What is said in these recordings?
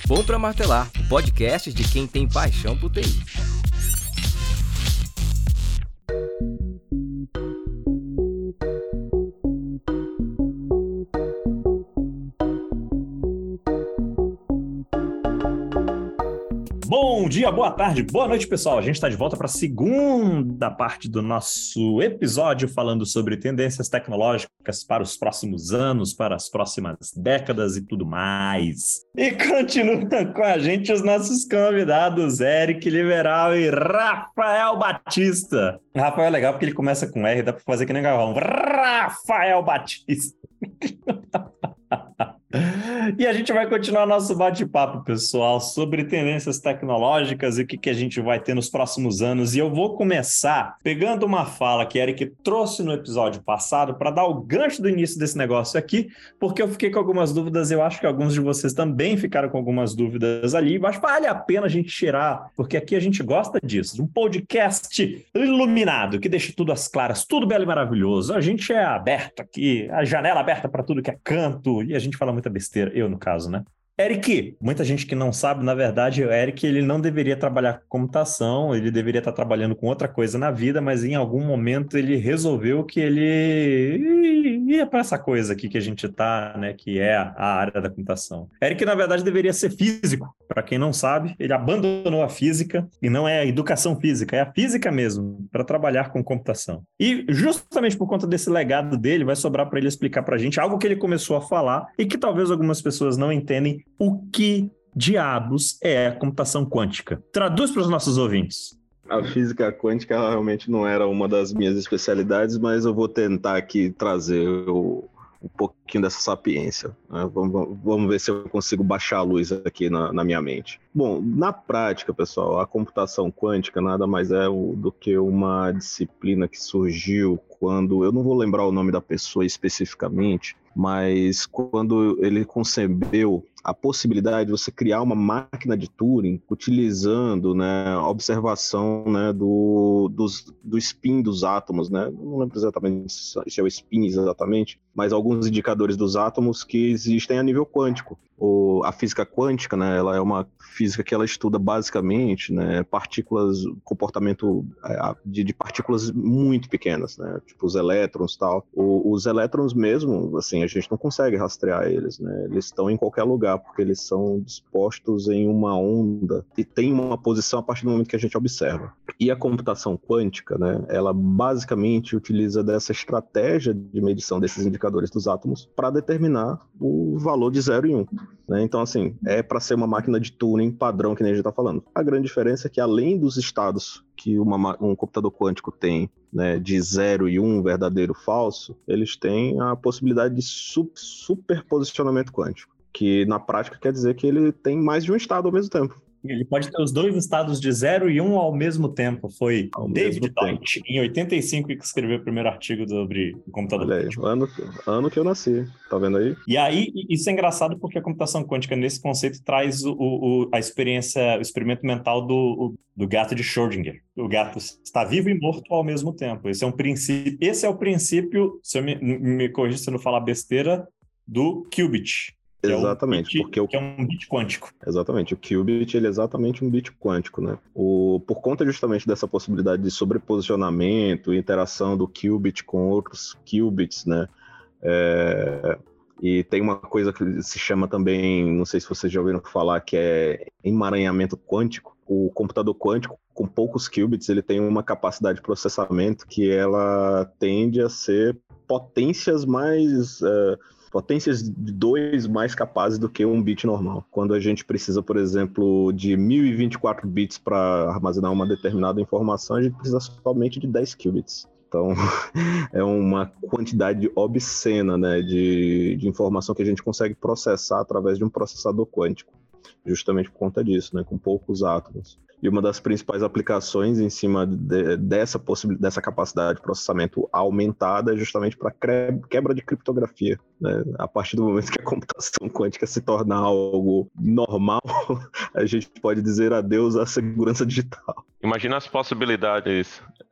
Bom pra Martelar, o podcast de quem tem paixão por TI. Bom dia, boa tarde, boa noite, pessoal. A gente está de volta para a segunda parte do nosso episódio falando sobre tendências tecnológicas para os próximos anos, para as próximas décadas e tudo mais. E continuam com a gente os nossos convidados, Eric Liberal e Rafael Batista. Rafael é legal porque ele começa com R, dá para fazer que nem Galvão. Rafael Batista. E a gente vai continuar nosso bate-papo, pessoal, sobre tendências tecnológicas e o que a gente vai ter nos próximos anos. E eu vou começar pegando uma fala que Eric trouxe no episódio passado para dar o gancho do início desse negócio aqui, porque eu fiquei com algumas dúvidas, eu acho que alguns de vocês também ficaram com algumas dúvidas ali, mas vale a pena a gente tirar, porque aqui a gente gosta disso, de um podcast iluminado, que deixa tudo às claras, tudo belo e maravilhoso. A gente é aberto aqui, a janela aberta para tudo que é canto, e a gente fala muita besteira, eu no caso, né? Eric, muita gente que não sabe, na verdade, o Eric ele não deveria trabalhar com computação, ele deveria estar trabalhando com outra coisa na vida, mas em algum momento ele resolveu que ele ia para essa coisa aqui que a gente tá, né, que é a área da computação. Eric, na verdade, deveria ser físico. Para quem não sabe, ele abandonou a física, e não é a educação física, é a física mesmo, para trabalhar com computação. E justamente por conta desse legado dele, vai sobrar para ele explicar para a gente algo que ele começou a falar e que talvez algumas pessoas não entendem o que diabos é a computação quântica. Traduz para os nossos ouvintes. A física quântica ela realmente não era uma das minhas especialidades, mas eu vou tentar aqui trazer um pouquinho dessa sapiência, né? Vamos ver se eu consigo baixar a luz aqui na minha mente. Bom, na prática, pessoal, a computação quântica nada mais é do que uma disciplina que surgiu quando, eu não vou lembrar o nome da pessoa especificamente, mas quando ele concebeu a possibilidade de você criar uma máquina de Turing utilizando, né, a observação, né, do spin dos átomos, né? Não lembro exatamente se é o spin exatamente, mas alguns indicadores dos átomos que existem a nível quântico. A física quântica, né, ela é uma física que ela estuda basicamente, né, partículas, comportamento de partículas muito pequenas, né, tipo os elétrons e tal. Os elétrons mesmo, assim, a gente não consegue rastrear eles, né, eles estão em qualquer lugar, porque eles são dispostos em uma onda e tem uma posição a partir do momento que a gente observa. E a computação quântica, né, ela basicamente utiliza dessa estratégia de medição desses indicadores dos átomos para determinar o valor de 0 e 1. Né? Então, assim, é para ser uma máquina de Turing padrão que nem a gente está falando. A grande diferença é que, além dos estados que um computador quântico tem, né, de 0 e 1, verdadeiro e falso, eles têm a possibilidade de superposicionamento quântico, que na prática quer dizer que ele tem mais de um estado ao mesmo tempo. Ele pode ter os dois estados de 0 e 1 ao mesmo tempo. Foi David Deutsch, em 85, que escreveu o primeiro artigo sobre o computador quântico. Ano que eu nasci, tá vendo aí? E aí, isso é engraçado porque a computação quântica, nesse conceito, traz a experiência, o experimento mental do gato de Schrödinger. O gato está vivo e morto ao mesmo tempo. Esse é o princípio, se eu me corrija se eu não falar besteira, do qubit. Exatamente, porque é um bit quântico. Exatamente, o qubit ele é exatamente um bit quântico, né? Por conta justamente dessa possibilidade de sobreposicionamento e interação do qubit com outros qubits, né? E tem uma coisa que se chama também, não sei se vocês já ouviram falar, que é emaranhamento quântico. O computador quântico, com poucos qubits, ele tem uma capacidade de processamento que ela tende a ser potências de 2 mais capazes do que um bit normal. Quando a gente precisa, por exemplo, de 1024 bits para armazenar uma determinada informação, a gente precisa somente de 10 qubits. Então, é uma quantidade obscena, né, de informação que a gente consegue processar através de um processador quântico, justamente por conta disso, né, com poucos átomos. E uma das principais aplicações em cima dessa capacidade de processamento aumentada é justamente para quebra de criptografia, né? A partir do momento que a computação quântica se torna algo normal, a gente pode dizer adeus à segurança digital. Imagina as possibilidades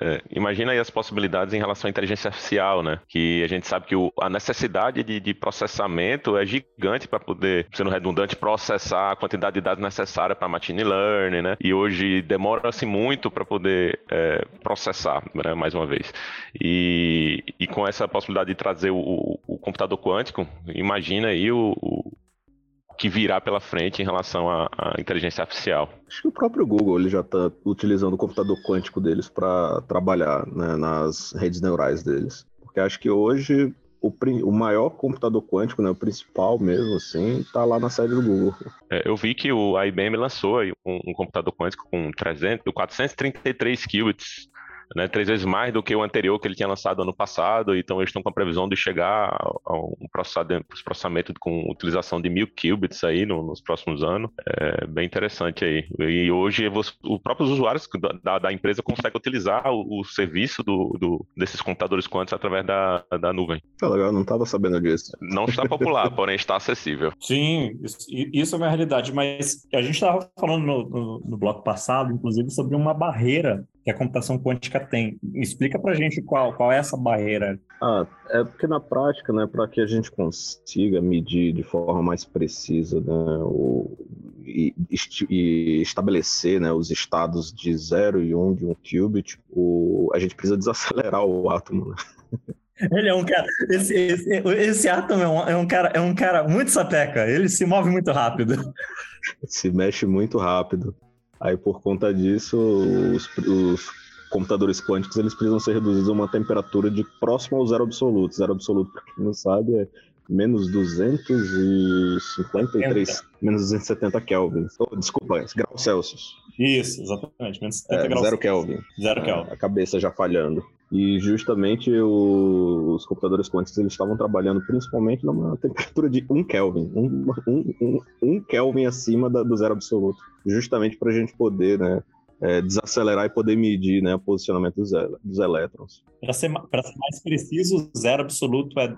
imagina aí as possibilidades em relação à inteligência artificial, né? Que a gente sabe que a necessidade de processamento é gigante para poder, sendo redundante, processar a quantidade de dados necessária para machine learning, né? E hoje demora-se muito para poder processar, né? Mais uma vez. E com essa possibilidade de trazer o computador quântico, imagina aí o que virá pela frente em relação à inteligência artificial. Acho que o próprio Google ele já está utilizando o computador quântico deles para trabalhar, né, nas redes neurais deles. Porque acho que hoje o maior computador quântico, né, o principal mesmo, assim, está lá na sede do Google. Eu vi que a IBM lançou aí um computador quântico com 433 qubits, né, 3 vezes mais do que o anterior que ele tinha lançado ano passado, então eles estão com a previsão de chegar a um processamento com utilização de 1000 qubits aí nos próximos anos. É bem interessante aí. E hoje os próprios usuários da empresa conseguem utilizar o serviço desses computadores quânticos através da nuvem. Tá legal, não estava sabendo disso. Não está popular, porém está acessível. Sim, isso é uma realidade, mas a gente estava falando no bloco passado, inclusive, sobre uma barreira que a computação quântica tem. Explica pra gente qual é essa barreira. É porque na prática, né, para que a gente consiga medir de forma mais precisa, né, e estabelecer, né, os estados de 0 e 1 de um qubit, a gente precisa desacelerar o átomo, né? Ele é um cara. Esse átomo é um cara muito sapeca. Ele se move muito rápido. Se mexe muito rápido. Aí, por conta disso, os computadores quânticos eles precisam ser reduzidos a uma temperatura de próximo ao zero absoluto. Zero absoluto, para quem não sabe, é menos 253, menos 270 Kelvin. Desculpa, graus Celsius. Isso, exatamente. Menos 70 graus. Zero Kelvin. Zero Kelvin. A cabeça já falhando. E justamente os computadores quânticos eles estavam trabalhando principalmente numa temperatura de 1 Kelvin, um Kelvin acima do zero absoluto, justamente para a gente poder, né, desacelerar e poder medir, né, o posicionamento dos elétrons. Para ser mais preciso, o zero absoluto é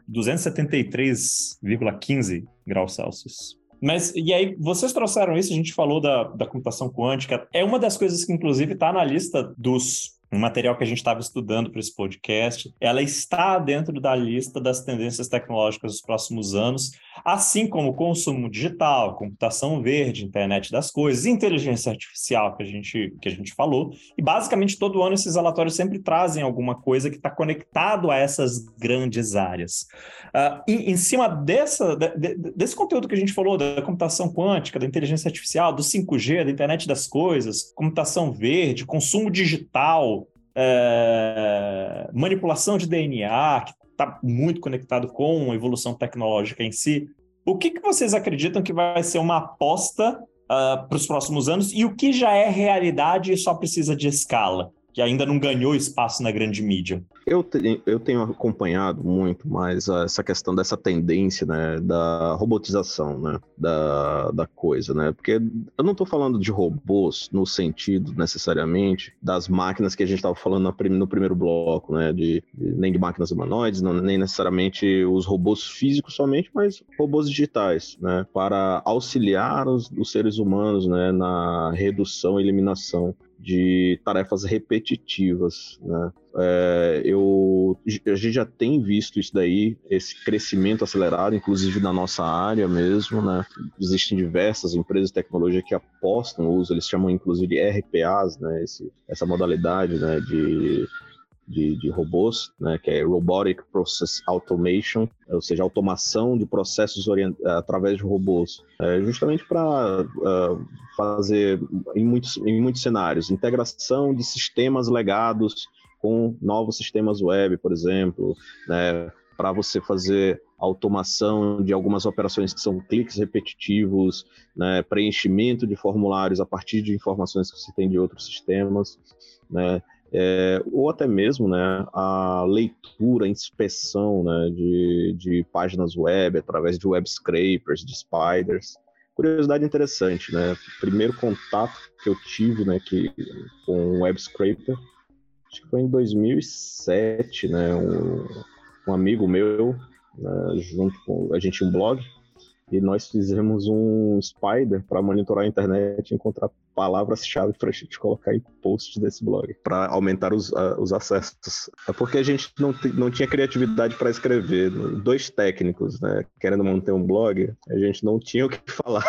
273,15 graus Celsius. Mas, e aí, vocês trouxeram isso, a gente falou da computação quântica, é uma das coisas que, inclusive, está na lista no material que a gente estava estudando para esse podcast, ela está dentro da lista das tendências tecnológicas dos próximos anos, assim como consumo digital, computação verde, internet das coisas, inteligência artificial, que a gente falou, e basicamente todo ano esses relatórios sempre trazem alguma coisa que está conectado a essas grandes áreas. Em cima desse conteúdo que a gente falou, da computação quântica, da inteligência artificial, do 5G, da internet das coisas, computação verde, consumo digital, manipulação de DNA, que está muito conectado com a evolução tecnológica em si. O que vocês acreditam que vai ser uma aposta para os próximos anos e o que já é realidade e só precisa de escala, que ainda não ganhou espaço na grande mídia? Eu tenho acompanhado muito mais essa questão dessa tendência, né, da robotização, né, da coisa, né, porque eu não estou falando de robôs no sentido necessariamente das máquinas que a gente estava falando no primeiro bloco, né, nem de máquinas humanoides, nem necessariamente os robôs físicos somente, mas robôs digitais, né, para auxiliar os seres humanos, né, na redução e eliminação de tarefas repetitivas, né? A gente já tem visto isso daí, esse crescimento acelerado, inclusive na nossa área mesmo, né? Existem diversas empresas de tecnologia que apostam no uso, eles chamam inclusive de RPAs, né? Essa modalidade, né, de robôs, né, que é Robotic Process Automation, ou seja, automação de processos através de robôs, justamente para fazer, em muitos cenários, integração de sistemas legados com novos sistemas web, por exemplo, né, para você fazer automação de algumas operações que são cliques repetitivos, né, preenchimento de formulários a partir de informações que você tem de outros sistemas, né, ou até mesmo, né, a leitura, inspeção, né, de páginas web através de web scrapers, de spiders. Curiosidade interessante, né? O primeiro contato que eu tive, né, com um web scraper, acho que foi em 2007, né? Um amigo meu, né, junto com a gente tinha um blog, E nós fizemos um spider para monitorar a internet e encontrar palavras-chave para a gente colocar em posts desse blog, para aumentar os acessos. É porque a gente não tinha criatividade para escrever. 2 técnicos, né, querendo manter um blog, a gente não tinha o que falar.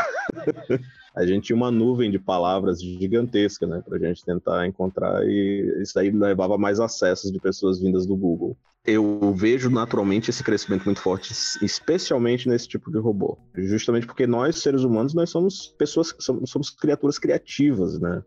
A gente tinha uma nuvem de palavras gigantesca, né, para a gente tentar encontrar, e isso aí levava mais acessos de pessoas vindas do Google. Eu vejo naturalmente esse crescimento muito forte, especialmente nesse tipo de robô. Justamente porque nós, seres humanos, nós somos pessoas, somos criaturas criativas, né?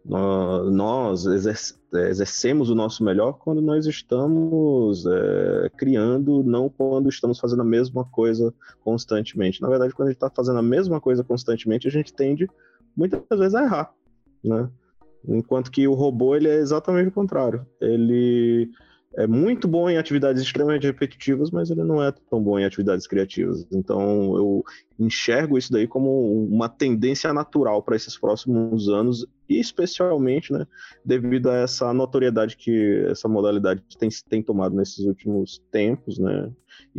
Nós exercemos o nosso melhor quando nós estamos criando, não quando estamos fazendo a mesma coisa constantemente. Na verdade, quando a gente está fazendo a mesma coisa constantemente, a gente tende muitas vezes a errar, né? Enquanto que o robô, ele é exatamente o contrário. Ele é muito bom em atividades extremamente repetitivas, mas ele não é tão bom em atividades criativas. Então, eu enxergo isso daí como uma tendência natural para esses próximos anos, e especialmente, né, devido a essa notoriedade que essa modalidade tem tomado nesses últimos tempos, né,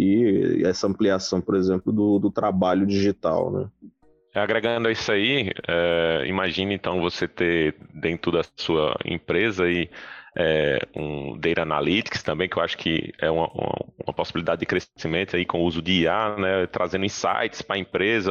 e essa ampliação, por exemplo, do trabalho digital, né. Agregando a isso aí, imagine então você ter dentro da sua empresa aí um Data Analytics também, que eu acho que é uma possibilidade de crescimento aí com o uso de IA, né, trazendo insights para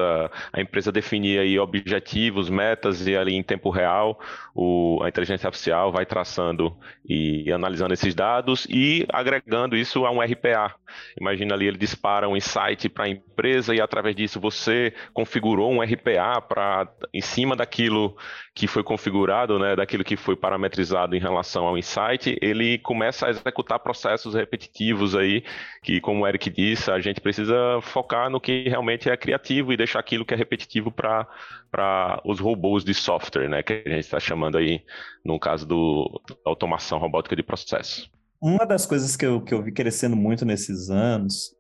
a empresa definir aí objetivos, metas, e ali em tempo real a inteligência artificial vai traçando e analisando esses dados e agregando isso a um RPA. Imagina ali, ele dispara um insight para a empresa e através disso você configurou um RPA para, em cima daquilo que foi configurado, né, daquilo que foi parametrizado em relação ao insight, ele começa a executar processos repetitivos aí, que, como o Eric disse, a gente precisa focar no que realmente é criativo e deixar aquilo que é repetitivo para os robôs de software, né, que a gente está chamando aí, no caso da automação robótica de processo. Uma das coisas que eu vi crescendo muito nesses anos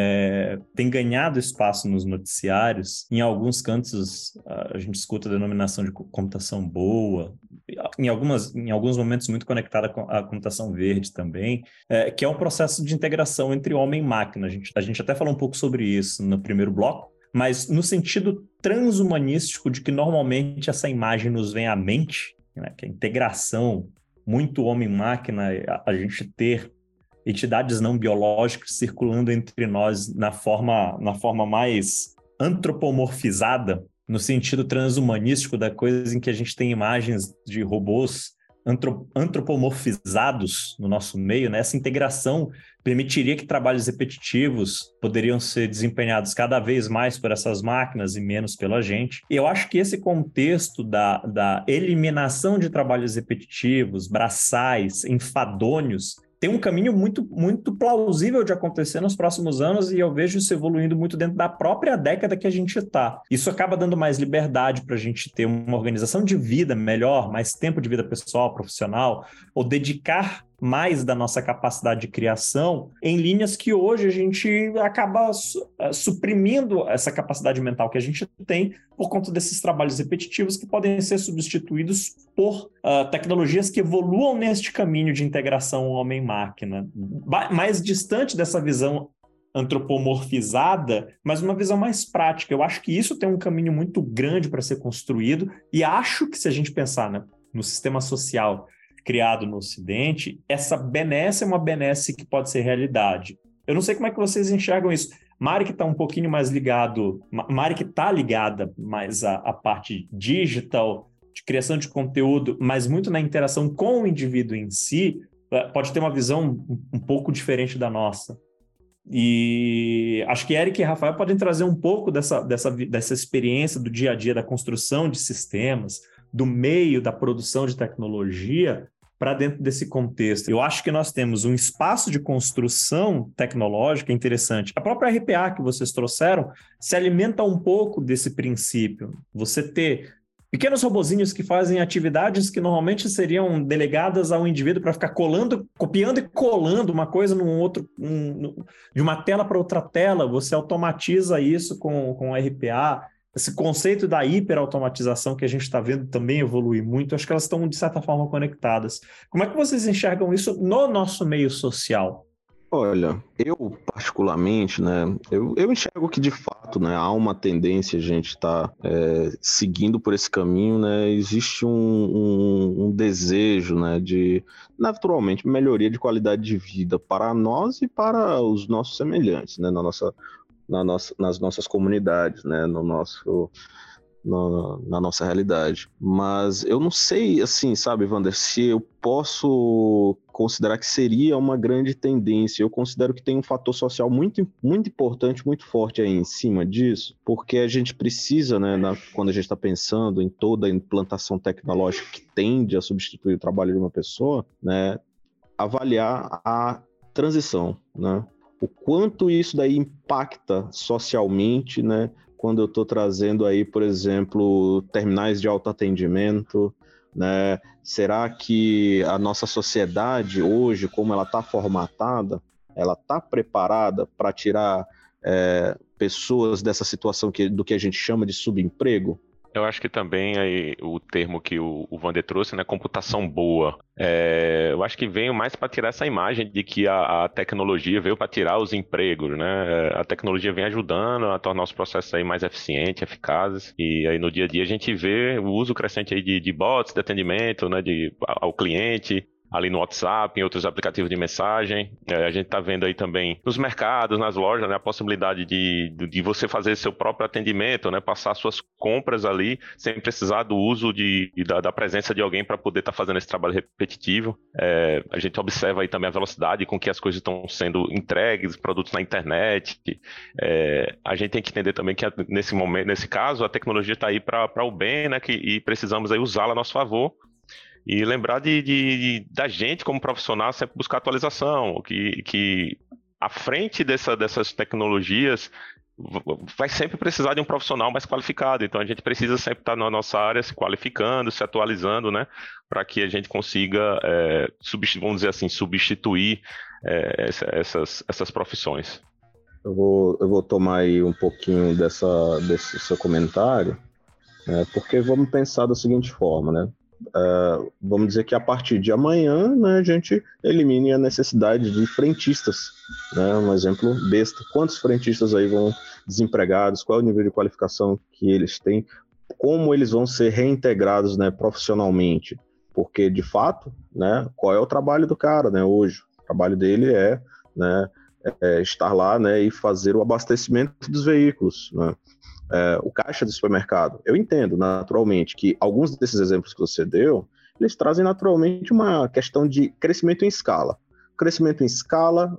tem ganhado espaço nos noticiários. Em alguns cantos a gente escuta a denominação de computação boa, em alguns momentos muito conectada com a computação verde também, que é um processo de integração entre homem e máquina. A gente até falou um pouco sobre isso no primeiro bloco, mas no sentido transhumanístico de que normalmente essa imagem nos vem à mente, né, que a integração muito homem-máquina, a gente ter entidades não biológicas circulando entre nós na forma mais antropomorfizada, no sentido transhumanístico da coisa, em que a gente tem imagens de robôs antropomorfizados no nosso meio, né? Essa integração permitiria que trabalhos repetitivos poderiam ser desempenhados cada vez mais por essas máquinas e menos pela gente. E eu acho que esse contexto da eliminação de trabalhos repetitivos, braçais, enfadonhos, tem um caminho muito, muito plausível de acontecer nos próximos anos, e eu vejo isso evoluindo muito dentro da própria década que a gente está. Isso acaba dando mais liberdade para a gente ter uma organização de vida melhor, mais tempo de vida pessoal, profissional, ou dedicar mais da nossa capacidade de criação em linhas que hoje a gente acaba suprimindo essa capacidade mental que a gente tem por conta desses trabalhos repetitivos que podem ser substituídos por tecnologias que evoluam neste caminho de integração homem-máquina, mais distante dessa visão antropomorfizada, mas uma visão mais prática. Eu acho que isso tem um caminho muito grande para ser construído, e acho que, se a gente pensar, né, no sistema social criado no Ocidente, essa benesse é uma benesse que pode ser realidade. Eu não sei como é que vocês enxergam isso. Mari, que está um pouquinho mais ligada mais à parte digital, de criação de conteúdo, mas muito na interação com o indivíduo em si, pode ter uma visão um pouco diferente da nossa. E acho que Eric e Rafael podem trazer um pouco dessa experiência do dia a dia, da construção de sistemas, do meio da produção de tecnologia para dentro desse contexto. Eu acho que nós temos um espaço de construção tecnológica interessante. A própria RPA que vocês trouxeram se alimenta um pouco desse princípio. Você ter pequenos robozinhos que fazem atividades que normalmente seriam delegadas ao indivíduo para ficar copiando e colando uma coisa num outro, de uma tela para outra tela. Você automatiza isso com RPA. Esse conceito da hiperautomatização que a gente está vendo também evoluir muito. Acho que elas estão, de certa forma, conectadas. Como é que vocês enxergam isso no nosso meio social? Olha, eu particularmente, né, eu enxergo que de fato, né, há uma tendência a gente estar seguindo por esse caminho, né, existe um desejo, né, de, naturalmente, melhoria de qualidade de vida para nós e para os nossos semelhantes, né, nas nossas comunidades, né, na nossa realidade. Mas eu não sei, assim, sabe, Wander, se eu posso considerar que seria uma grande tendência. Eu considero que tem um fator social muito, muito importante, muito forte aí em cima disso, porque a gente precisa, né, quando a gente está pensando em toda a implantação tecnológica que tende a substituir o trabalho de uma pessoa, né, avaliar a transição, né? O quanto isso daí impacta socialmente, né? Quando eu estou trazendo aí, por exemplo, terminais de autoatendimento, né? Será que a nossa sociedade hoje, como ela está formatada, ela está preparada para tirar pessoas dessa situação do que a gente chama de subemprego? Eu acho que também aí, o termo que o Wander trouxe, né, computação boa, eu acho que veio mais para tirar essa imagem de que a tecnologia veio para tirar os empregos, né? A tecnologia vem ajudando a tornar os processos aí mais eficientes, eficazes, e aí no dia a dia a gente vê o uso crescente aí de bots de atendimento, né, ao cliente, ali no WhatsApp, em outros aplicativos de mensagem. A gente está vendo aí também nos mercados, nas lojas, né, a possibilidade de você fazer seu próprio atendimento, né, passar suas compras ali, sem precisar do uso da presença de alguém para poder estar fazendo esse trabalho repetitivo. A gente observa aí também a velocidade com que as coisas estão sendo entregues, produtos na internet. A gente tem que entender também que nesse momento, nesse caso, a tecnologia está aí para o bem, né, e precisamos aí usá-la a nosso favor. E lembrar da gente, como profissional, sempre buscar atualização, que à frente dessas tecnologias vai sempre precisar de um profissional mais qualificado. Então a gente precisa sempre estar na nossa área se qualificando, se atualizando, né, para que a gente consiga, vamos dizer assim, substituir essas profissões. Eu vou tomar aí um pouquinho desse seu comentário, porque vamos pensar da seguinte forma, né? Vamos dizer que a partir de amanhã, né, a gente elimine a necessidade de frentistas, né? Um exemplo besta. Quantos frentistas aí vão desempregados? Qual é o nível de qualificação que eles têm? Como eles vão ser reintegrados, né, profissionalmente? Porque, de fato, né, qual é o trabalho do cara, né, hoje? O trabalho dele né, estar lá, né, e fazer o abastecimento dos veículos, né? O caixa do supermercado. Eu entendo, naturalmente, que alguns desses exemplos que você deu, eles trazem naturalmente uma questão de crescimento em escala. Crescimento em escala,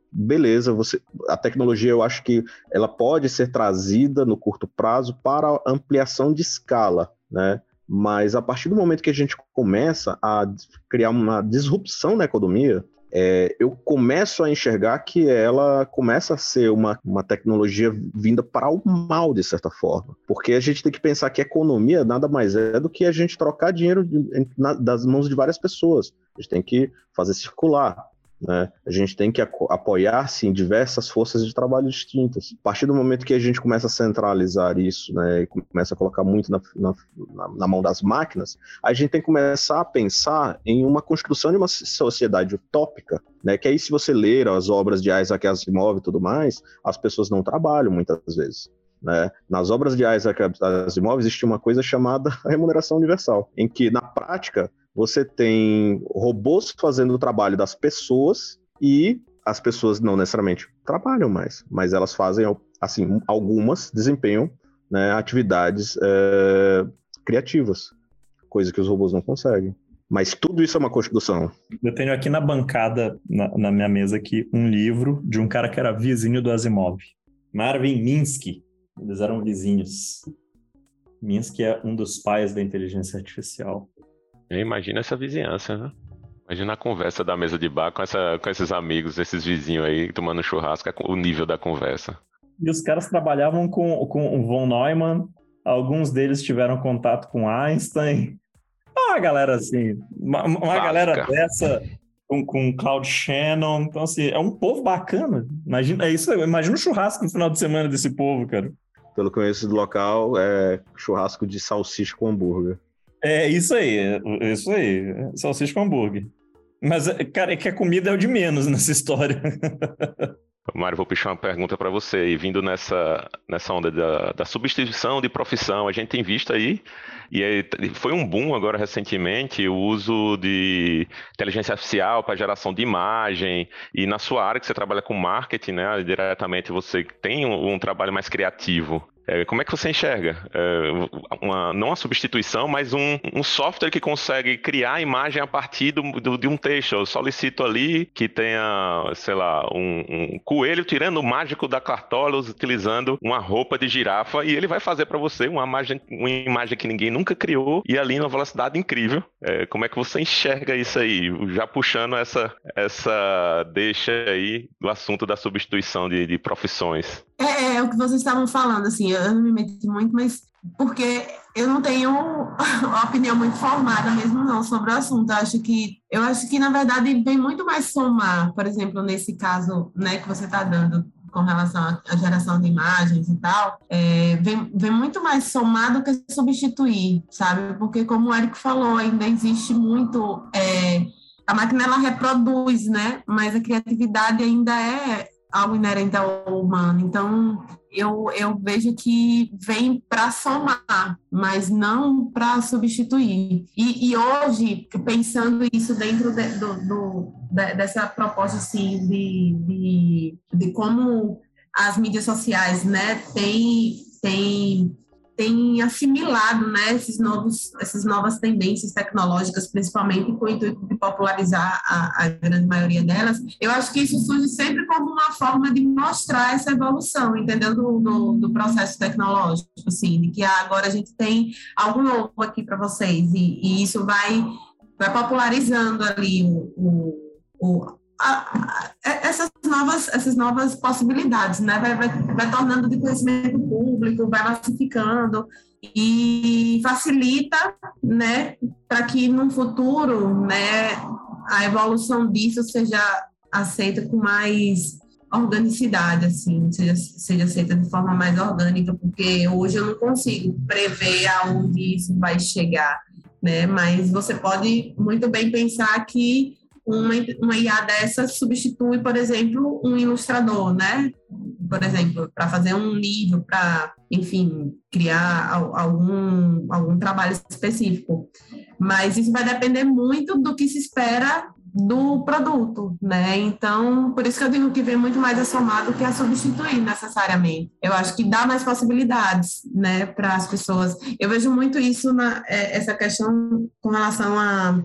a tecnologia, eu acho que ela pode ser trazida no curto prazo para ampliação de escala, né? Mas a partir do momento que a gente começa a criar uma disrupção na economia, eu começo a enxergar que ela começa a ser uma tecnologia vinda para o mal, de certa forma. Porque a gente tem que pensar que a economia nada mais é do que a gente trocar dinheiro das mãos de várias pessoas. A gente tem que fazer circular, né? A gente tem que apoiar-se em diversas forças de trabalho distintas. A partir do momento que a gente começa a centralizar isso, né, e começa a colocar muito na mão das máquinas, a gente tem que começar a pensar em uma construção de uma sociedade utópica, né, que aí, se você ler as obras de Isaac Asimov e tudo mais, as pessoas não trabalham muitas vezes, né? Nas obras de Isaac Asimov existe uma coisa chamada remuneração universal, em que, na prática, você tem robôs fazendo o trabalho das pessoas e as pessoas não necessariamente trabalham mais, mas elas fazem, assim, algumas desempenham, né, atividades criativas, coisa que os robôs não conseguem. Mas tudo isso é uma construção. Eu tenho aqui na bancada, na minha mesa aqui, um livro de um cara que era vizinho do Asimov, Marvin Minsky. Eles eram vizinhos. Minsky é um dos pais da inteligência artificial. Imagina essa vizinhança, né? Imagina a conversa da mesa de bar com esses amigos, esses vizinhos aí, tomando churrasco, o nível da conversa. E os caras trabalhavam com o von Neumann, alguns deles tiveram contato com Einstein. Uma galera assim, uma galera dessa com Claude Shannon. Então, assim, é um povo bacana. Imagina o churrasco no final de semana desse povo, cara. Pelo que eu conheço do local, é churrasco de salsicha com hambúrguer. É isso aí, salsicha com hambúrguer. Mas, cara, é que a comida é o de menos nessa história. Mário, vou puxar uma pergunta para você. E vindo nessa onda da substituição de profissão, a gente tem visto aí, e aí foi um boom agora recentemente, o uso de inteligência artificial para geração de imagem, e na sua área que você trabalha com marketing, né, diretamente você tem um trabalho mais criativo. Como é que você enxerga? Não a substituição, mas um software que consegue criar a imagem a partir de um texto. Eu solicito ali que tenha, sei lá, um coelho tirando o mágico da cartola utilizando uma roupa de girafa, e ele vai fazer para você uma imagem que ninguém nunca criou e ali numa velocidade incrível. Como é que você enxerga isso aí? Já puxando essa deixa aí do assunto da substituição de profissões. É o que vocês estavam falando, assim, eu não me meti muito, mas porque eu não tenho uma opinião muito formada mesmo não sobre o assunto. Eu acho que na verdade vem muito mais somar, por exemplo, nesse caso, né, que você está dando com relação à geração de imagens e tal, vem muito mais somar do que substituir, sabe? Porque como o Érico falou, ainda existe muito... a máquina, ela reproduz, né? Mas a criatividade ainda é algo inerente ao humano. Então, eu vejo que vem para somar, mas não para substituir. E hoje, pensando isso dentro dessa proposta assim, de como as mídias sociais, né, tem assimilado, né, essas novas tendências tecnológicas, principalmente com o intuito de popularizar a grande maioria delas. Eu acho que isso surge sempre como uma forma de mostrar essa evolução, entendeu, do processo tecnológico, assim, de que agora a gente tem algo novo aqui para vocês, e isso vai popularizando ali essas novas possibilidades, né? Vai tornando de conhecimento público, vai massificando e facilita, né, para que no futuro, né, a evolução disso seja aceita com mais organicidade, assim, seja aceita de forma mais orgânica, porque hoje eu não consigo prever aonde isso vai chegar, né? Mas você pode muito bem pensar que uma IA dessa substitui, por exemplo, um ilustrador, né? Por exemplo, para fazer um livro, para, enfim, criar algum trabalho específico. Mas isso vai depender muito do que se espera do produto, né? Então, por isso que eu digo que vem muito mais a somar do que a substituir necessariamente. Eu acho que dá mais possibilidades, né, para as pessoas. Eu vejo muito isso essa questão com relação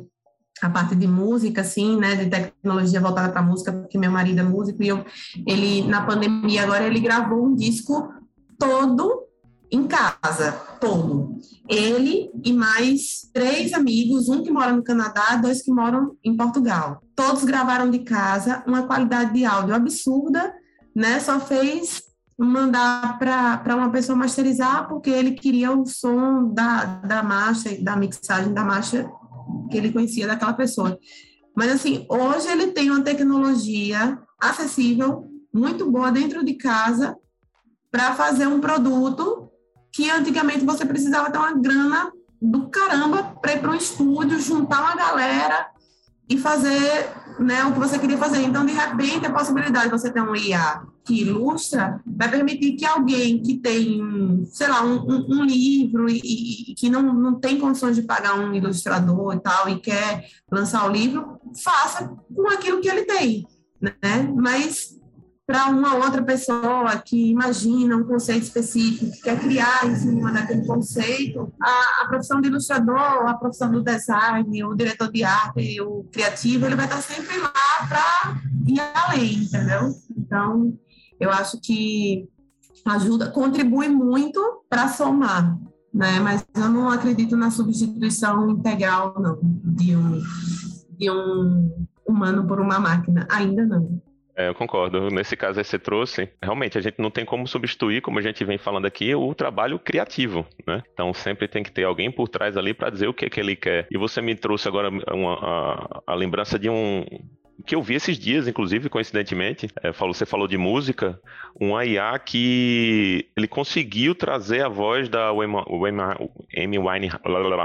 a parte de música, assim, né, de tecnologia voltada para música, porque meu marido é músico e ele, na pandemia agora, ele gravou um disco todo em casa, todo. Ele e mais 3 amigos, um que mora no Canadá, 2 que moram em Portugal. Todos gravaram de casa, uma qualidade de áudio absurda, né, só fez mandar para uma pessoa masterizar, porque ele queria o som da master, da mixagem da master que ele conhecia daquela pessoa. Mas, assim, hoje ele tem uma tecnologia acessível, muito boa dentro de casa, para fazer um produto que antigamente você precisava ter uma grana do caramba para ir para um estúdio, juntar uma galera e fazer, né, o que você queria fazer. Então, de repente, a possibilidade de você ter um IA que ilustra vai permitir que alguém que tem, sei lá, um livro e que não tem condições de pagar um ilustrador e tal, e quer lançar o livro, faça com aquilo que ele tem, né? Mas para uma outra pessoa que imagina um conceito específico, que quer criar em cima daquele conceito, a profissão de ilustrador, a profissão do design, o diretor de arte, o criativo, ele vai estar sempre lá para ir além, entendeu? Então, eu acho que contribui muito para somar, né? Mas eu não acredito na substituição integral, não, de um humano por uma máquina, ainda não. Eu concordo. Nesse caso aí você trouxe, realmente a gente não tem como substituir, como a gente vem falando aqui, o trabalho criativo, né? Então sempre tem que ter alguém por trás ali para dizer o que ele quer. E você me trouxe agora a lembrança de que eu vi esses dias, inclusive, coincidentemente, você falou de música, um IA que ele conseguiu trazer a voz da Amy Winehouse,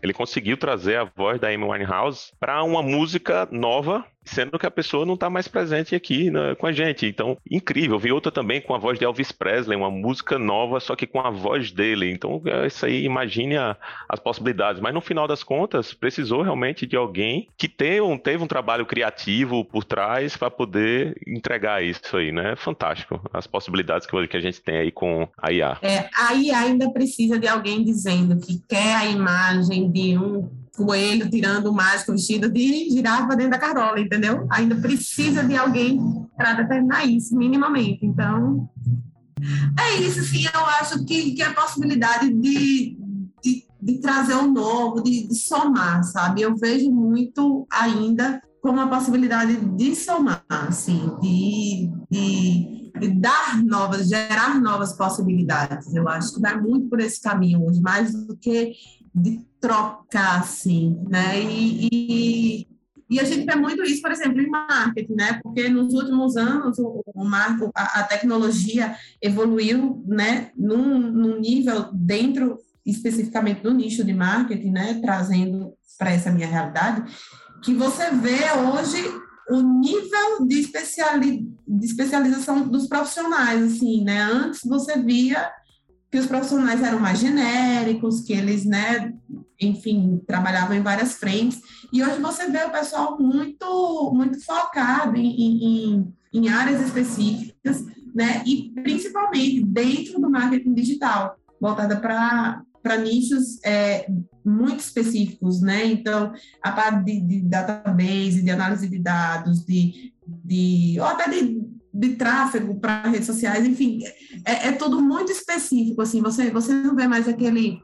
Ele conseguiu trazer a voz da Amy Winehouse para uma música nova, sendo que a pessoa não está mais presente aqui, né, com a gente. Então, incrível. Vi outra também com a voz de Elvis Presley, uma música nova, só que com a voz dele. Então, isso aí, imagine as possibilidades. Mas no final das contas, precisou realmente de alguém que teve um trabalho criativo por trás para poder entregar isso aí, né? Fantástico. As possibilidades que a gente tem aí com a IA. A IA ainda precisa de alguém dizendo que quer a imagem de um coelho tirando o mágico vestido de girafa dentro da cartola, entendeu? Ainda precisa de alguém para determinar isso, minimamente. Então, é isso, sim. Eu acho que a possibilidade de trazer um novo, de somar, sabe? Eu vejo muito ainda como a possibilidade de somar, assim, de gerar novas possibilidades. Eu acho que vai muito por esse caminho hoje, mais do que de trocar, assim, né? E a gente vê muito isso, por exemplo, em marketing, né? Porque nos últimos anos a tecnologia evoluiu, né? Num nível dentro, especificamente do nicho de marketing, né? Trazendo para essa minha realidade, que você vê hoje o nível de especialização dos profissionais, assim, né? Antes você via que os profissionais eram mais genéricos, que eles, né, enfim, trabalhavam em várias frentes, e hoje você vê o pessoal muito, muito focado em áreas específicas, né, e principalmente dentro do marketing digital, voltada para nichos muito específicos, né? Então, a parte de database, de análise de dados, ou até de tráfego para redes sociais, enfim, é tudo muito específico, assim, você não vê mais aquele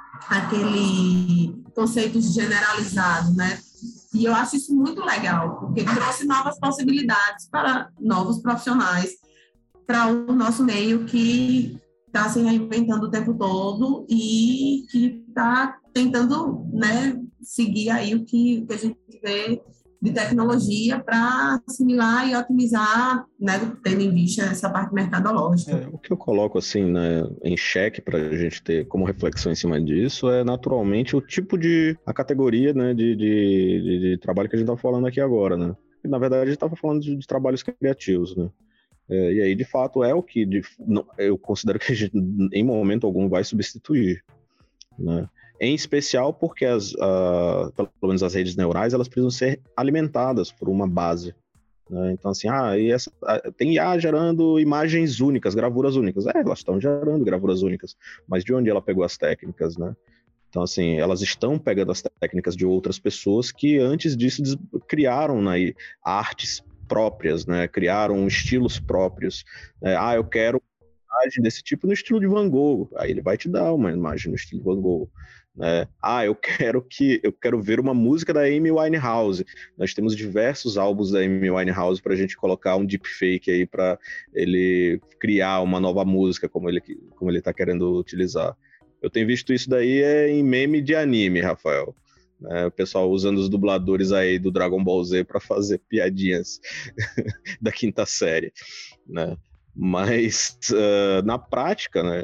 conceito generalizado, né? E eu acho isso muito legal, porque trouxe novas possibilidades para novos profissionais, para o nosso meio que está se reinventando o tempo todo e que está tentando, né, seguir aí o que a gente vê de tecnologia para assimilar e otimizar, né, tendo em vista essa parte mercadológica. O que eu coloco assim, né, em xeque para a gente ter como reflexão em cima disso é naturalmente o tipo a categoria, né, de trabalho que a gente está falando aqui agora, né? E, na verdade a gente estava falando de trabalhos criativos, né? E aí, de fato, é o que eu considero que a gente, em momento algum, vai substituir, né? Em especial porque pelo menos as redes neurais, elas precisam ser alimentadas por uma base, né? Então, assim, tem IA gerando imagens únicas, gravuras únicas. Elas estão gerando gravuras únicas, mas de onde ela pegou as técnicas, né? Então, assim, elas estão pegando as técnicas de outras pessoas que, antes disso, criaram, né, artes próprias, né? Criaram estilos próprios. Eu quero uma imagem desse tipo no estilo de Van Gogh. Aí ele vai te dar uma imagem no estilo de Van Gogh. Eu quero ver uma música da Amy Winehouse. Nós temos diversos álbuns da Amy Winehouse para a gente colocar um deepfake aí para ele criar uma nova música como ele está querendo utilizar. Eu tenho visto isso daí em meme de anime, Rafael. O pessoal usando os dubladores aí do Dragon Ball Z para fazer piadinhas da quinta série, né? Mas na prática, né,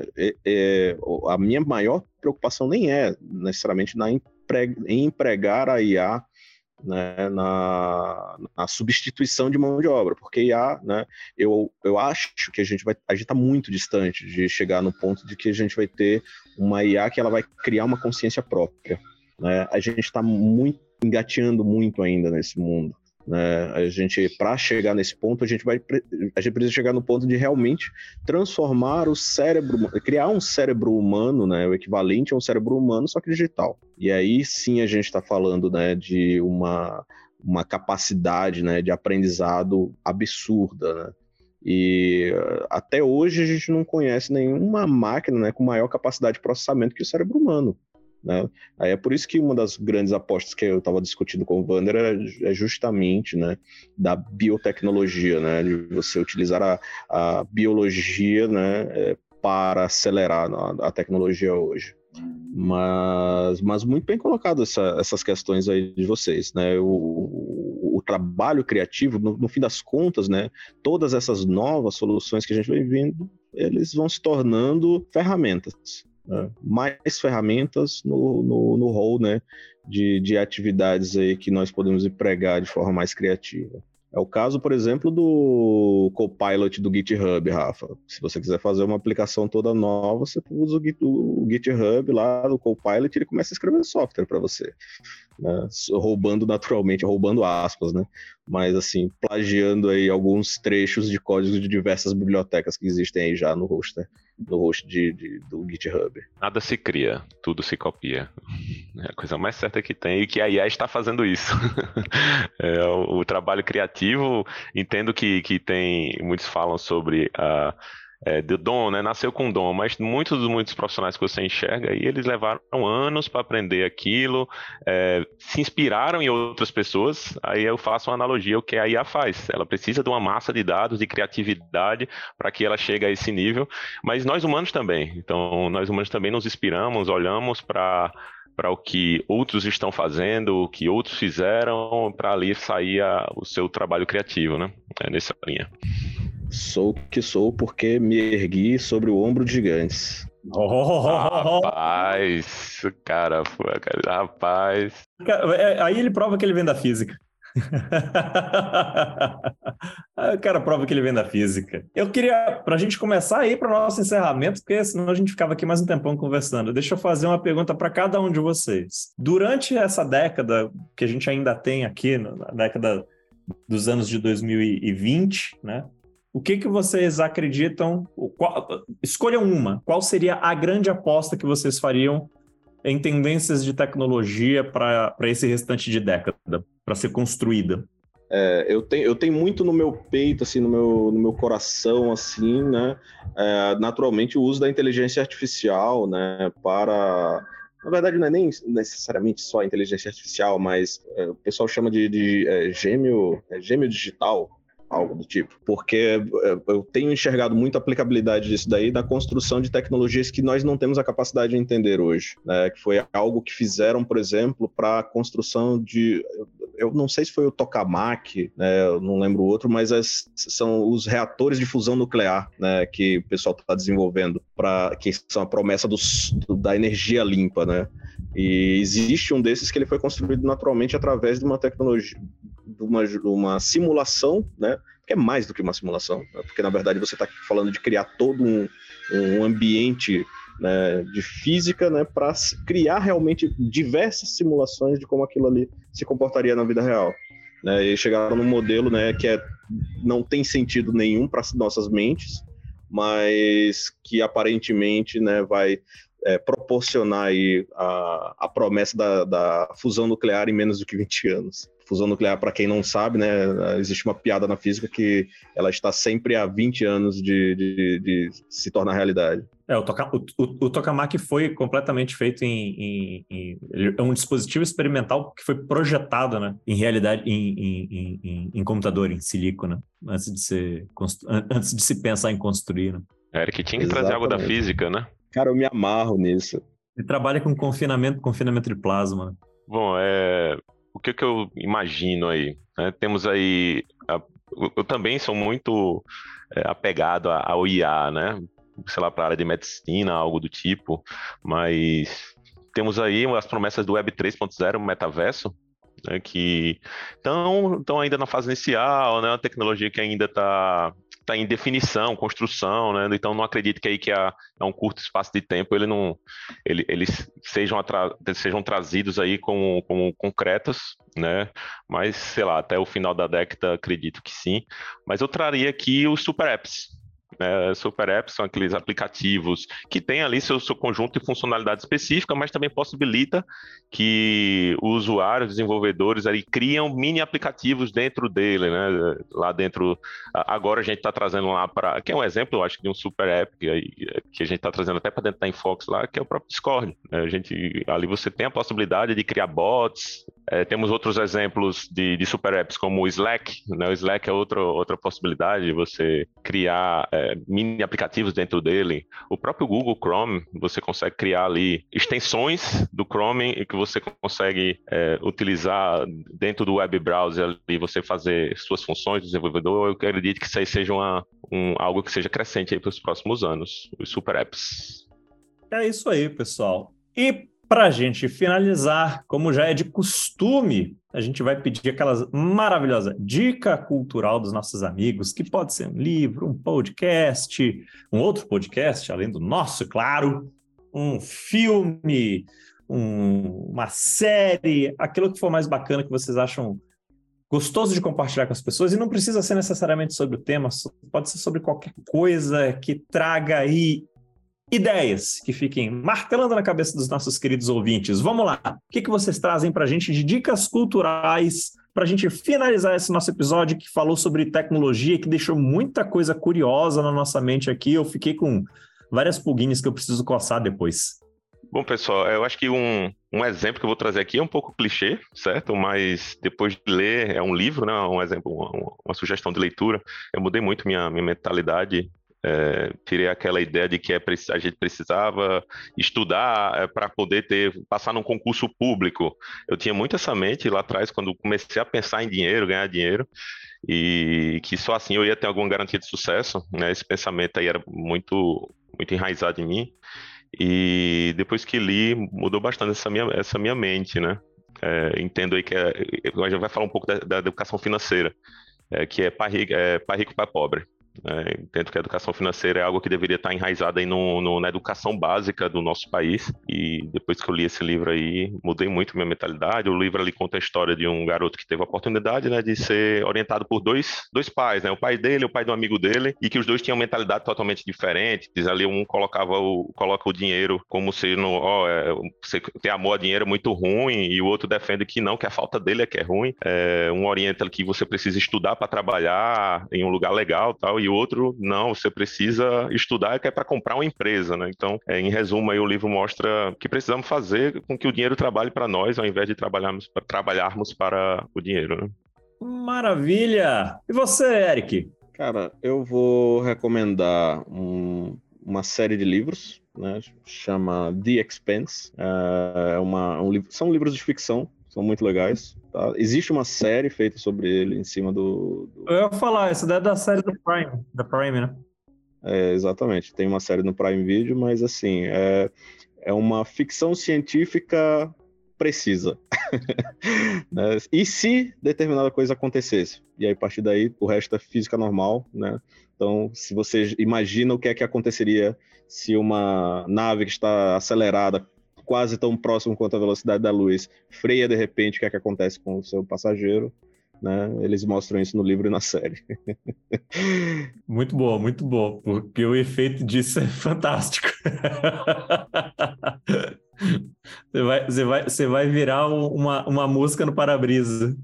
a minha maior preocupação nem é necessariamente em empregar a IA, né, na substituição de mão de obra, porque IA, né, eu acho que a gente está muito distante de chegar no ponto de que a gente vai ter uma IA que ela vai criar uma consciência própria, né? A gente está engateando muito ainda nesse mundo, né? Para chegar nesse ponto, a gente precisa chegar no ponto de realmente transformar o cérebro, criar um cérebro humano, né, o equivalente a um cérebro humano, só que digital. E aí sim a gente está falando, né, de uma capacidade, né, de aprendizado absurda, né? E até hoje a gente não conhece nenhuma máquina, né, com maior capacidade de processamento que o cérebro humano, né? Aí é por isso que uma das grandes apostas que eu estava discutindo com o Wander é justamente, né, da biotecnologia, né, de você utilizar a biologia, né, para acelerar a tecnologia hoje. Mas muito bem colocado essas questões aí de vocês, né? O trabalho criativo, no fim das contas, né, todas essas novas soluções que a gente vai vendo, eles vão se tornando ferramentas. né? Mais ferramentas no rol, né, de atividades aí que nós podemos empregar de forma mais criativa. É o caso, por exemplo, do Copilot do GitHub, Rafa. Se você quiser fazer uma aplicação toda nova, você usa o GitHub lá do Copilot e ele começa a escrever software para você, né? Roubando naturalmente, roubando aspas, né? Mas assim, plagiando aí alguns trechos de códigos de diversas bibliotecas que existem aí já no host, né? No host do GitHub. Nada se cria, tudo se copia. É a coisa mais certa que tem, e que a IA está fazendo isso. O trabalho criativo, entendo que tem, muitos falam sobre do dom, né? Nasceu com dom, mas muitos profissionais que você enxerga, e eles levaram anos para aprender aquilo, se inspiraram em outras pessoas. Aí eu faço uma analogia ao que a IA faz. Ela precisa de uma massa de dados, de criatividade, para que ela chegue a esse nível, mas nós humanos também. Então, nós humanos também nos inspiramos, olhamos para o que outros estão fazendo, o que outros fizeram, para ali sair o seu trabalho criativo, né? Nessa linha. Sou o que sou porque me ergui sobre o ombro de gigantes. Rapaz, rapaz. Aí ele prova que ele vem da física. Aí o cara prova que ele vem da física. Eu queria, pra gente começar aí para o nosso encerramento, porque senão a gente ficava aqui mais um tempão conversando. Deixa eu fazer uma pergunta para cada um de vocês. Durante essa década que a gente ainda tem aqui, na década dos anos de 2020, né? O que vocês acreditam? Escolham uma. Qual seria a grande aposta que vocês fariam em tendências de tecnologia para esse restante de década, para ser construída? Eu tenho muito no meu peito, assim, no meu coração, assim, né? Naturalmente, o uso da inteligência artificial, né? Na verdade, não é nem necessariamente só a inteligência artificial, mas o pessoal chama de gêmeo digital, algo do tipo, porque eu tenho enxergado muita aplicabilidade disso daí na construção de tecnologias que nós não temos a capacidade de entender hoje, né? Que foi algo que fizeram, por exemplo, para a construção de... Eu não sei se foi o tokamak, né? Eu não lembro o outro, mas são os reatores de fusão nuclear, né? Que o pessoal está desenvolvendo, que são a promessa da energia limpa, né? E existe um desses que ele foi construído naturalmente através de uma tecnologia, de uma simulação, né? Que é mais do que uma simulação, né? Porque na verdade você está falando de criar todo um ambiente, né, de física, né, para criar realmente diversas simulações de como aquilo ali se comportaria na vida real, né? E chegaram num modelo, né, que não tem sentido nenhum para nossas mentes, mas que aparentemente, né, vai proporcionar aí a promessa da fusão nuclear em menos do que 20 anos. Fusão nuclear, para quem não sabe, né, existe uma piada na física que ela está sempre há 20 anos de se tornar realidade. O tokamak foi completamente feito é um dispositivo experimental que foi projetado, né, em realidade, em computador, em silico, né, antes de se pensar em construir, né. Eric tinha que trazer algo da física, né? Cara, eu me amarro nisso. Ele trabalha com confinamento de plasma, né? Bom, o que eu imagino aí, né? Temos aí... Eu também sou muito apegado ao IA, né? Sei lá, para a área de medicina, algo do tipo, mas temos aí as promessas do Web 3.0, metaverso, né, que estão ainda na fase inicial, né? Uma tecnologia que ainda está em definição, construção, né? Então não acredito que aí que a um curto espaço de tempo eles sejam trazidos aí como concretos, né? Mas sei lá, até o final da década acredito que sim. Mas eu traria aqui os super apps. Super apps são aqueles aplicativos que têm ali seu conjunto de funcionalidade específica, mas também possibilita que os usuários, desenvolvedores ali criam mini aplicativos dentro dele, né? Lá dentro, agora a gente está trazendo lá que é um exemplo, eu acho, de um super app que a gente está trazendo até para dentro da Infox lá, que é o próprio Discord. Ali você tem a possibilidade de criar bots. Temos outros exemplos de super apps como o Slack, né? O Slack é outra possibilidade de você criar mini aplicativos dentro dele. O próprio Google Chrome, você consegue criar ali extensões do Chrome e que você consegue utilizar dentro do web browser e você fazer suas funções de desenvolvedor. Eu acredito que isso aí seja algo que seja crescente aí para os próximos anos, os super apps. É isso aí, pessoal. E para a gente finalizar, como já é de costume, a gente vai pedir aquela maravilhosa dica cultural dos nossos amigos, que pode ser um livro, um podcast, um outro podcast, além do nosso, claro, um filme, uma série, aquilo que for mais bacana que vocês acham gostoso de compartilhar com as pessoas, e não precisa ser necessariamente sobre o tema, pode ser sobre qualquer coisa que traga aí ideias que fiquem martelando na cabeça dos nossos queridos ouvintes. Vamos lá, o que vocês trazem para a gente de dicas culturais para a gente finalizar esse nosso episódio que falou sobre tecnologia, que deixou muita coisa curiosa na nossa mente aqui. Eu fiquei com várias pulguinhas que eu preciso coçar depois. Bom, pessoal, eu acho que um exemplo que eu vou trazer aqui é um pouco clichê, certo? Mas depois de ler, é um livro, né? Um exemplo, uma sugestão de leitura. Eu mudei muito minha mentalidade. Tirei aquela ideia de que a gente precisava estudar para poder passar num concurso público. Eu tinha muito essa mente lá atrás, quando comecei a pensar em dinheiro, ganhar dinheiro, e que só assim eu ia ter alguma garantia de sucesso, né? Esse pensamento aí era muito, muito enraizado em mim, e depois que li, mudou bastante essa minha mente, né? Entendo aí que a gente vai falar um pouco da educação financeira, que é pai rico, pai pobre. Entendo que a educação financeira é algo que deveria estar enraizada aí na educação básica do nosso país, e depois que eu li esse livro aí, mudei muito minha mentalidade. O livro ali conta a história de um garoto que teve a oportunidade, né, de ser orientado por dois pais, né, o pai dele e o pai de um amigo dele, e que os dois tinham mentalidade totalmente diferente. Ali um coloca o dinheiro como se você ter amor a dinheiro é muito ruim, e o outro defende que não, que a falta dele é que é ruim. Um orienta que você precisa estudar para trabalhar em um lugar legal, tal, e o outro, não, você precisa estudar que é para comprar uma empresa, né? Então, em resumo, aí o livro mostra que precisamos fazer com que o dinheiro trabalhe para nós, ao invés de trabalharmos para o dinheiro, né? Maravilha! E você, Eric? Cara, eu vou recomendar uma série de livros, né? Chama The Expanse. São livros de ficção, são muito legais. Tá? Existe uma série feita sobre ele em cima do... Eu ia falar, essa daí é da série da Prime, né? Exatamente, tem uma série no Prime Video, mas assim, é uma ficção científica precisa. Né? E se determinada coisa acontecesse? E aí, a partir daí, o resto é física normal, né? Então, se você imagina o que é que aconteceria se uma nave que está acelerada quase tão próximo quanto a velocidade da luz freia de repente, o que é que acontece com o seu passageiro, né? Eles mostram isso no livro e na série. Muito boa, porque o efeito disso é fantástico. Você vai virar uma música no para-brisa.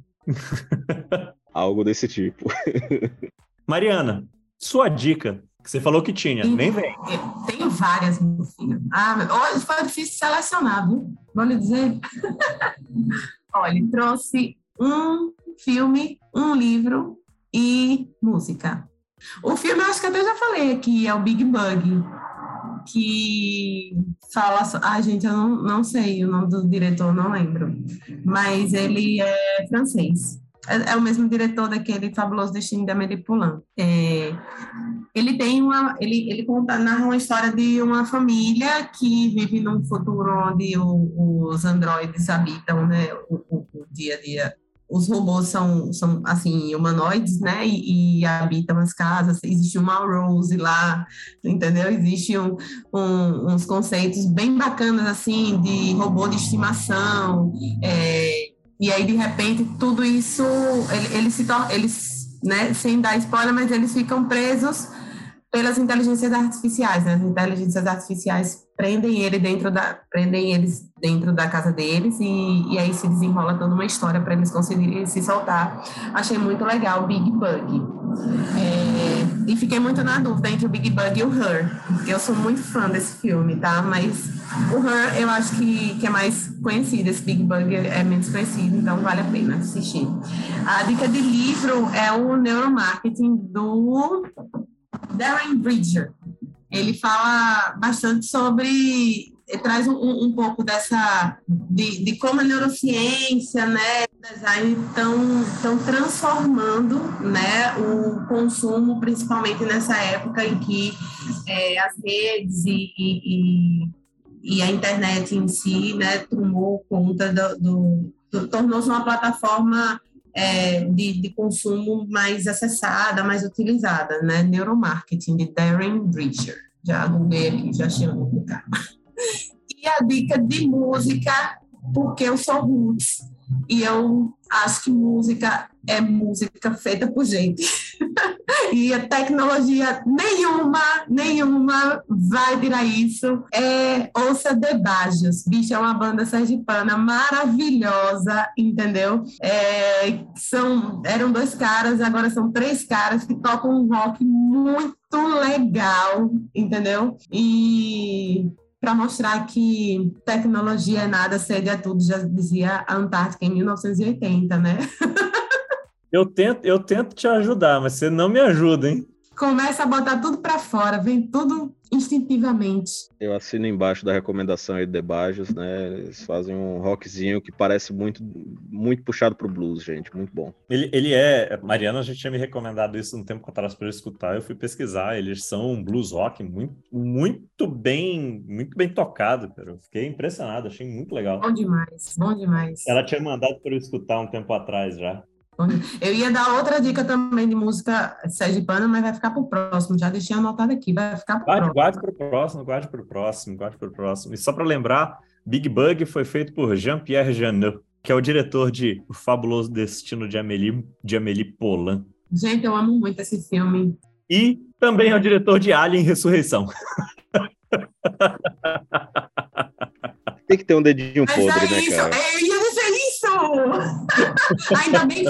Algo desse tipo. Mariana, sua dica, que você falou que tinha, nem vem. Tenho várias, meu filho. Hoje foi difícil selecionar, viu? Vou lhe dizer. Olha, trouxe um filme, um livro e música. O filme, eu acho que até já falei aqui, é o Big Bug, que fala... gente, eu não sei o nome do diretor, não lembro. Mas ele é francês. É o mesmo diretor daquele Fabuloso Destino de Amélie Poulain. Ele narra uma história de uma família que vive num futuro onde os androides habitam, né, o dia a dia. Os robôs são assim, humanoides, né, e habitam as casas. Existe uma Rose lá, entendeu? Existe uns conceitos bem bacanas, assim, de robô de estimação. E aí, de repente, tudo isso, eles, né, sem dar spoiler, mas eles ficam presos pelas inteligências artificiais, né? As inteligências artificiais prendem eles dentro da casa deles, e aí se desenrola toda uma história para eles conseguirem se soltar. Achei muito legal o Big Bug. E fiquei muito na dúvida entre o Big Bug e o Her, porque eu sou muito fã desse filme, tá? Mas o Her eu acho que é mais conhecido, esse Big Bug é menos conhecido, então vale a pena assistir. A dica de livro é o Neuromarketing, do Darren Bridger. Ele fala bastante sobre, traz um pouco de como a neurociência, né, o design estão transformando, né, o consumo, principalmente nessa época em que as redes e a internet em si, né, tomou conta tornou-se uma plataforma de consumo mais acessada, mais utilizada, né? Neuromarketing, de Darren Bridger. Já googlei aqui, já achei o nome do cara. E a dica de música, porque eu sou roots, e eu acho que música é música feita por gente. E a tecnologia nenhuma vai tirar isso. Ouça Debajos. Bicho, é uma banda sergipana maravilhosa, entendeu? Eram 2 caras, agora são 3 caras que tocam um rock muito legal, entendeu? E para mostrar que tecnologia é nada, sede é tudo, já dizia a Antártica em 1980, né? Eu tento te ajudar, mas você não me ajuda, hein? Começa a botar tudo para fora, vem tudo instintivamente. Eu assino embaixo da recomendação aí de Bajos, né? Eles fazem um rockzinho que parece muito, muito puxado pro blues, gente. Muito bom. Ele Mariana, a gente tinha me recomendado isso um tempo atrás para eu escutar. Eu fui pesquisar. Eles são um blues rock muito bem tocado, cara. Eu fiquei impressionado, achei muito legal. Bom demais. Ela tinha mandado para eu escutar um tempo atrás já. Eu ia dar outra dica também de música sergipana, mas vai ficar para o próximo. Já deixei anotado aqui, vai ficar para o próximo. Guarde para o próximo. E só para lembrar, Big Bug foi feito por Jean-Pierre Jeunet, que é o diretor de O Fabuloso Destino de Amélie Poulain. Gente, eu amo muito esse filme. E também é o diretor de Alien Ressurreição. Tem que ter um dedinho podre, né, cara? Eu ia dizer isso! Ainda bem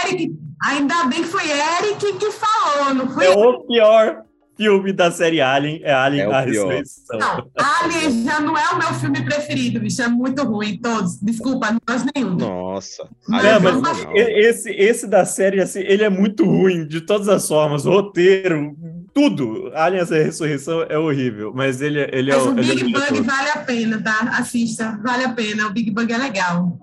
que foi Eric que falou, não foi? É o pior filme da série Alien, Alien a Ressurreição. Não, Alien já não é o meu filme preferido, bicho, é muito ruim, todos. Desculpa, nós nenhum. Nossa. Não, mas esse da série, assim, ele é muito ruim, de todas as formas, o roteiro, tudo. Alien a Ressurreição é horrível, mas ele mas é o Big Bug vale a pena, tá? Assista, vale a pena, o Big Bug é legal.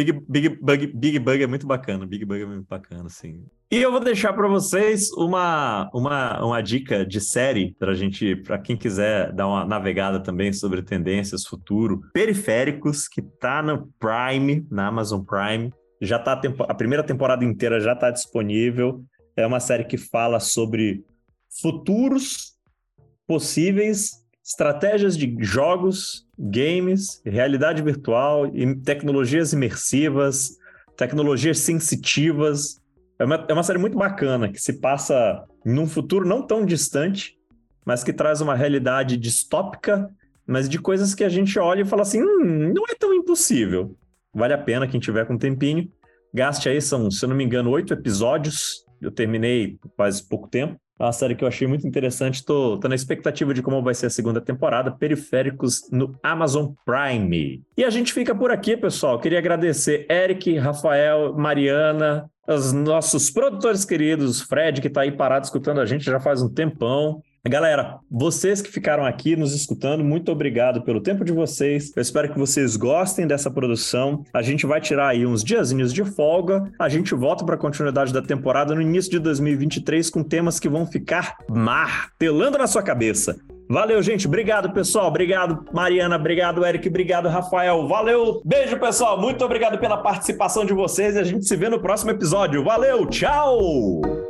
Big Bug é muito bacana, sim. E eu vou deixar para vocês uma dica de série para quem quiser dar uma navegada também sobre tendências, futuro. Periféricos, que tá no Prime, na Amazon Prime. Já tá a primeira temporada inteira já está disponível. É uma série que fala sobre futuros possíveis, estratégias de jogos, games, realidade virtual, tecnologias imersivas, tecnologias sensitivas. É uma série muito bacana, que se passa num futuro não tão distante, mas que traz uma realidade distópica, mas de coisas que a gente olha e fala assim, não é tão impossível. Vale a pena, quem tiver com um tempinho. Gaste aí, se eu não me engano, 8 episódios. Eu terminei faz pouco tempo. É uma série que eu achei muito interessante. Tô na expectativa de como vai ser a segunda temporada. Periféricos no Amazon Prime. E a gente fica por aqui, pessoal. Queria agradecer Eric, Rafael, Mariana, os nossos produtores queridos, Fred, que tá aí parado escutando a gente já faz um tempão. Galera, vocês que ficaram aqui nos escutando, muito obrigado pelo tempo de vocês. Eu espero que vocês gostem dessa produção. A gente vai tirar aí uns diazinhos de folga. A gente volta para a continuidade da temporada no início de 2023 com temas que vão ficar martelando na sua cabeça. Valeu, gente. Obrigado, pessoal. Obrigado, Mariana. Obrigado, Eric. Obrigado, Rafael. Valeu. Beijo, pessoal. Muito obrigado pela participação de vocês e a gente se vê no próximo episódio. Valeu. Tchau.